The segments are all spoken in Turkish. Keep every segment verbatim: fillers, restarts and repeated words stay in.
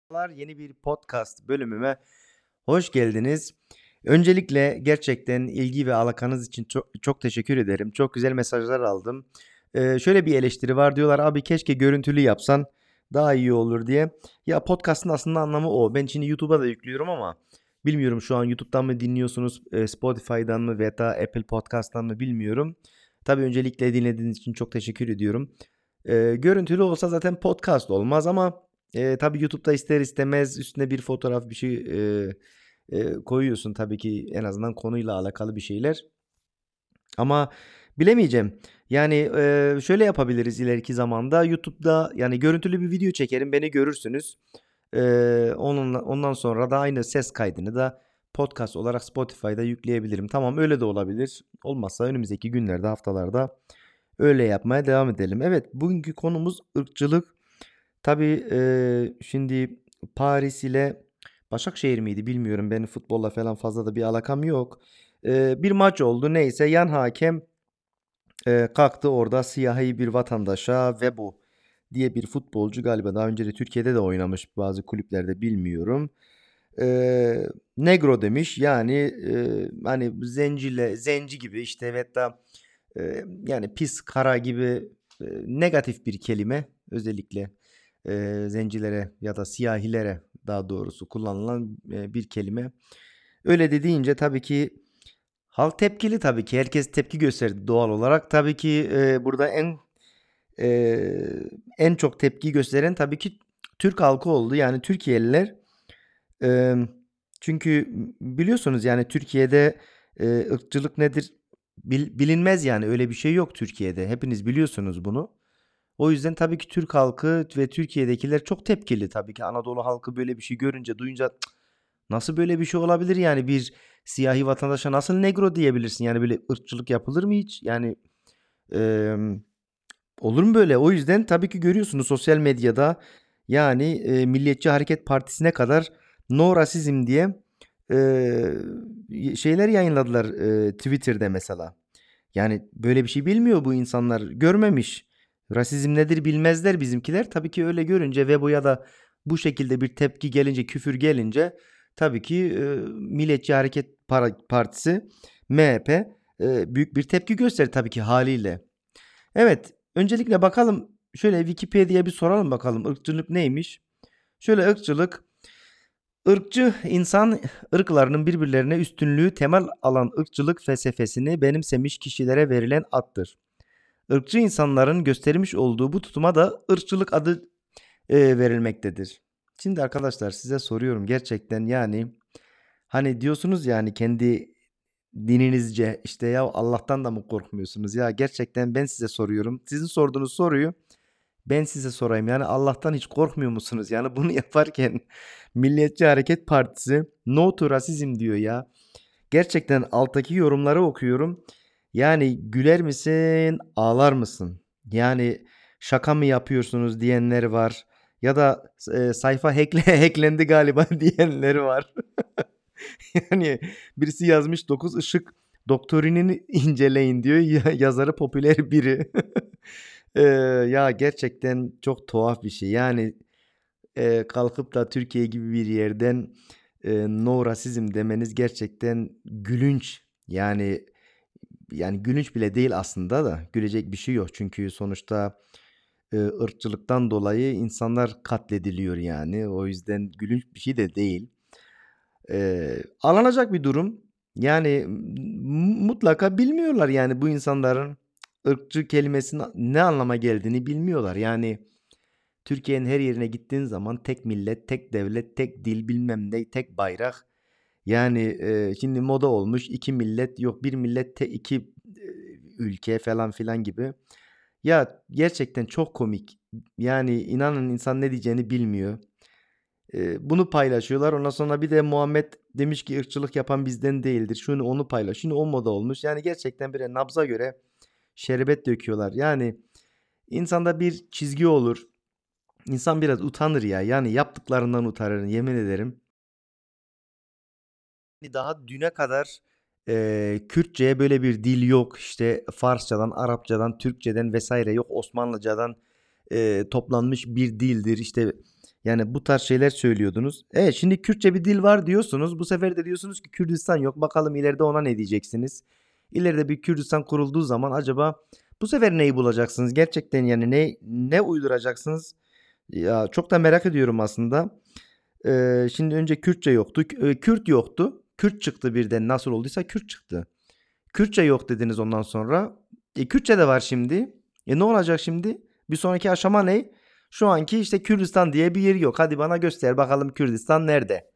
Merhabalar, yeni bir podcast bölümüme hoş geldiniz. Öncelikle gerçekten ilgi ve alakanız için çok, çok teşekkür ederim. Çok güzel mesajlar aldım. Ee, şöyle bir eleştiri var, diyorlar abi keşke görüntülü yapsan daha iyi olur diye. Ya podcast'ın aslında anlamı o. Ben şimdi YouTube'a da yüklüyorum ama bilmiyorum şu an YouTube'dan mı dinliyorsunuz, e, Spotify'dan mı veya da Apple Podcast'tan mı bilmiyorum. Tabii öncelikle dinlediğiniz için çok teşekkür ediyorum. Ee, görüntülü olsa zaten podcast olmaz ama e, tabii YouTube'da ister istemez üstüne bir fotoğraf bir şey e, e, koyuyorsun, tabii ki en azından konuyla alakalı bir şeyler. Ama bilemeyeceğim. Yani e, şöyle yapabiliriz ileriki zamanda. YouTube'da yani görüntülü bir video çekerim, beni görürsünüz. E, onunla, ondan sonra da aynı ses kaydını da podcast olarak Spotify'da yükleyebilirim. Tamam, öyle de olabilir. Olmazsa önümüzdeki günlerde, haftalarda öyle yapmaya devam edelim. Evet, bugünkü konumuz ırkçılık. Tabii eee, şimdi Paris ile Başakşehir miydi bilmiyorum. Benim futbolla falan fazla da bir alakam yok. Eee, bir maç oldu. Neyse, yan hakem eee, kalktı orada siyahi bir vatandaşa ve bu diye bir futbolcu, galiba daha önce de Türkiye'de de oynamış bazı kulüplerde, bilmiyorum. Eee, Negro demiş. Yani eee, hani zencile zenci gibi işte, evet da eee, yani pis, kara gibi eee, negatif bir kelime, özellikle eee, zencilere ya da siyahilere daha doğrusu kullanılan eee, bir kelime. Öyle dediğince tabii ki halk tepkili, tabii ki herkes tepki gösterdi doğal olarak. Tabii ki eee, burada en eee, en çok tepki gösteren tabii ki Türk halkı oldu. Yani Türkiye'liler. Eee, Çünkü biliyorsunuz yani Türkiye'de eee, ırkçılık nedir bil- bilinmez, yani öyle bir şey yok Türkiye'de. Hepiniz biliyorsunuz bunu. O yüzden tabii ki Türk halkı ve Türkiye'dekiler çok tepkili tabii ki. Anadolu halkı böyle bir şey görünce, duyunca, "Cık, nasıl böyle bir şey olabilir, yani bir siyahi vatandaşa nasıl negro diyebilirsin? Yani böyle ırkçılık yapılır mı hiç? Yani eee, olur mu böyle?" O yüzden tabii ki görüyorsunuz sosyal medyada, yani eee, Milliyetçi Hareket Partisi'ne kadar no rasizm diye eee, şeyler yayınladılar eee, Twitter'da mesela. Yani böyle bir şey bilmiyor bu insanlar. Görmemiş. Rasizm nedir bilmezler bizimkiler. Tabii ki öyle görünce ve bu ya da bu şekilde bir tepki gelince, küfür gelince, tabii ki e, Milliyetçi Hareket Partisi M H P e, büyük bir tepki gösterdi tabii ki, haliyle. Evet, öncelikle bakalım şöyle Wikipedia'ya bir soralım bakalım ırkçılık neymiş? Şöyle, ırkçılık, ırkçı insan ırklarının birbirlerine üstünlüğü temel alan ırkçılık felsefesini benimsemiş kişilere verilen addır. Irkçı insanların göstermiş olduğu bu tutuma da ırkçılık adı e, verilmektedir. Şimdi arkadaşlar size soruyorum, gerçekten yani hani diyorsunuz yani kendi dininizce işte, ya Allah'tan da mı korkmuyorsunuz? Ya gerçekten ben size soruyorum. Sizin sorduğunuz soruyu ben size sorayım. Yani Allah'tan hiç korkmuyor musunuz? Yani bunu yaparken Milliyetçi Hareket Partisi no to rasizm diyor ya. Gerçekten alttaki yorumları okuyorum. Yani güler misin, ağlar mısın? Yani şaka mı yapıyorsunuz diyenler var. Ya da e, sayfa hackle, hacklendi galiba diyenler var. Yani birisi yazmış, dokuz ışık doktrinini inceleyin diyor. Ya, yazarı popüler biri. Ee, Ya gerçekten çok tuhaf bir şey. Yani e, kalkıp da Türkiye gibi bir yerden e, no rasizm demeniz gerçekten gülünç. Yani yani gülünç bile değil aslında, da gülecek bir şey yok. Çünkü sonuçta e, ırkçılıktan dolayı insanlar katlediliyor yani. O yüzden gülünç bir şey de değil. Eee, alınacak bir durum. Yani m- mutlaka bilmiyorlar yani bu insanların ırkçı kelimesinin ne anlama geldiğini bilmiyorlar. Yani Türkiye'nin her yerine gittiğin zaman tek millet, tek devlet, tek dil, bilmem ne, tek bayrak. Yani eee, şimdi moda olmuş iki millet, yok bir millet, te, iki eee, ülke falan filan gibi. Ya gerçekten çok komik. Yani inanın insan ne diyeceğini bilmiyor. Ee, bunu paylaşıyorlar. Ondan sonra bir de Muhammed demiş ki ırkçılık yapan bizden değildir. Şunu onu paylaş. Şimdi o moda olmuş. Yani gerçekten bir nabza göre şerbet döküyorlar. Yani insanda bir çizgi olur. İnsan biraz utanır ya. Yani yaptıklarından utanır, yemin ederim. Daha düne kadar eee, Kürtçe'ye böyle bir dil yok. İşte Farsçadan, Arapçadan, Türkçeden vesaire yok. Osmanlıcadan eee, toplanmış bir dildir. İşte Yani bu tarz şeyler söylüyordunuz. Evet, şimdi Kürtçe bir dil var diyorsunuz. Bu sefer de diyorsunuz ki Kürdistan yok. Bakalım ileride ona ne diyeceksiniz? İleride bir Kürdistan kurulduğu zaman acaba bu sefer neyi bulacaksınız? Gerçekten yani ne ne uyduracaksınız? Ya çok da merak ediyorum aslında. Ee, şimdi önce Kürtçe yoktu. K- e, Kürt yoktu. Kürt çıktı birden, nasıl olduysa Kürt çıktı. Kürtçe yok dediniz ondan sonra. E, Kürtçe de var şimdi. E ne olacak şimdi? Bir sonraki aşama ne? Şu anki işte Kürdistan diye bir yer yok. Hadi bana göster bakalım Kürdistan nerede?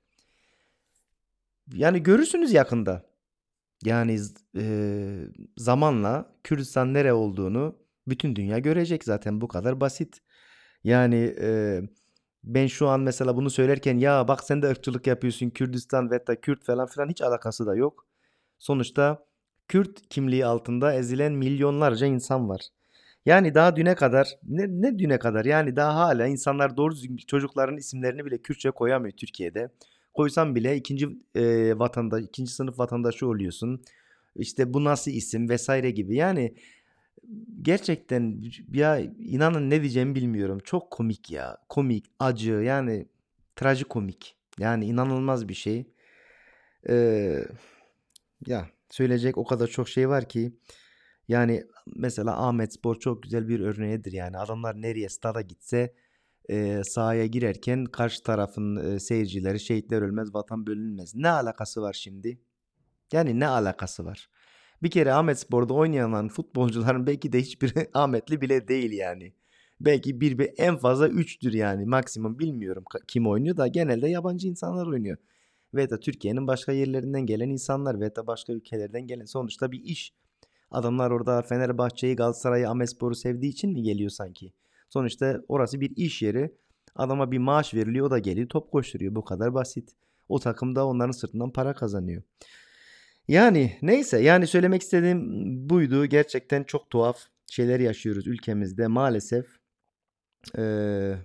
Yani görürsünüz yakında. Yani e, zamanla Kürdistan nere olduğunu bütün dünya görecek, zaten bu kadar basit. Yani e, ben şu an mesela bunu söylerken ya bak sen de ırkçılık yapıyorsun Kürdistan ve hatta Kürt falan filan, hiç alakası da yok. Sonuçta Kürt kimliği altında ezilen milyonlarca insan var. Yani daha düne kadar ne, ne düne kadar yani daha hala insanlar doğru düzgün çocukların isimlerini bile Kürtçe koyamıyor Türkiye'de. Koysan bile ikinci e, vatandaş, ikinci sınıf vatandaşı oluyorsun. İşte bu nasıl isim vesaire gibi. Yani gerçekten ya inanın ne diyeceğimi bilmiyorum. Çok komik ya. Komik, acı yani trajikomik. Yani inanılmaz bir şey. Ee, Ya söyleyecek o kadar çok şey var ki. Yani mesela Ahmetspor çok güzel bir örneğidir yani. Adamlar nereye stada gitse e, sahaya girerken karşı tarafın e, seyircileri şehitler ölmez vatan bölünmez. Ne alakası var şimdi? Yani ne alakası var? Bir kere Ahmetspor'da oynayan futbolcuların belki de hiçbiri Ahmetli bile değil yani. Belki bir ve en fazla üçtür yani maksimum, bilmiyorum kim oynuyor da genelde yabancı insanlar oynuyor. Ve da Türkiye'nin başka yerlerinden gelen insanlar ve da başka ülkelerden gelen, sonuçta bir iş. Adamlar orada Fenerbahçe'yi, Galatasaray'ı, Ahmetspor'u sevdiği için mi geliyor sanki? Sonuçta orası bir iş yeri. Adama bir maaş veriliyor, o da geliyor top koşturuyor, bu kadar basit. O takım da onların sırtından para kazanıyor. Yani neyse, yani söylemek istediğim buydu. Gerçekten çok tuhaf şeyler yaşıyoruz ülkemizde maalesef. Ee,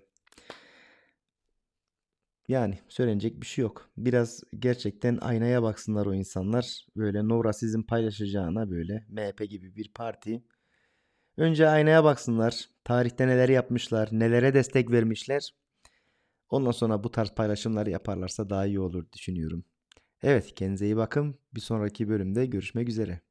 Yani söylenecek bir şey yok. Biraz gerçekten aynaya baksınlar o insanlar. Böyle no rasizm paylaşacağına böyle M H P gibi bir parti. Önce aynaya baksınlar. Tarihte neler yapmışlar, nelere destek vermişler. Ondan sonra bu tarz paylaşımları yaparlarsa daha iyi olur düşünüyorum. Evet, kendinize iyi bakın. Bir sonraki bölümde görüşmek üzere.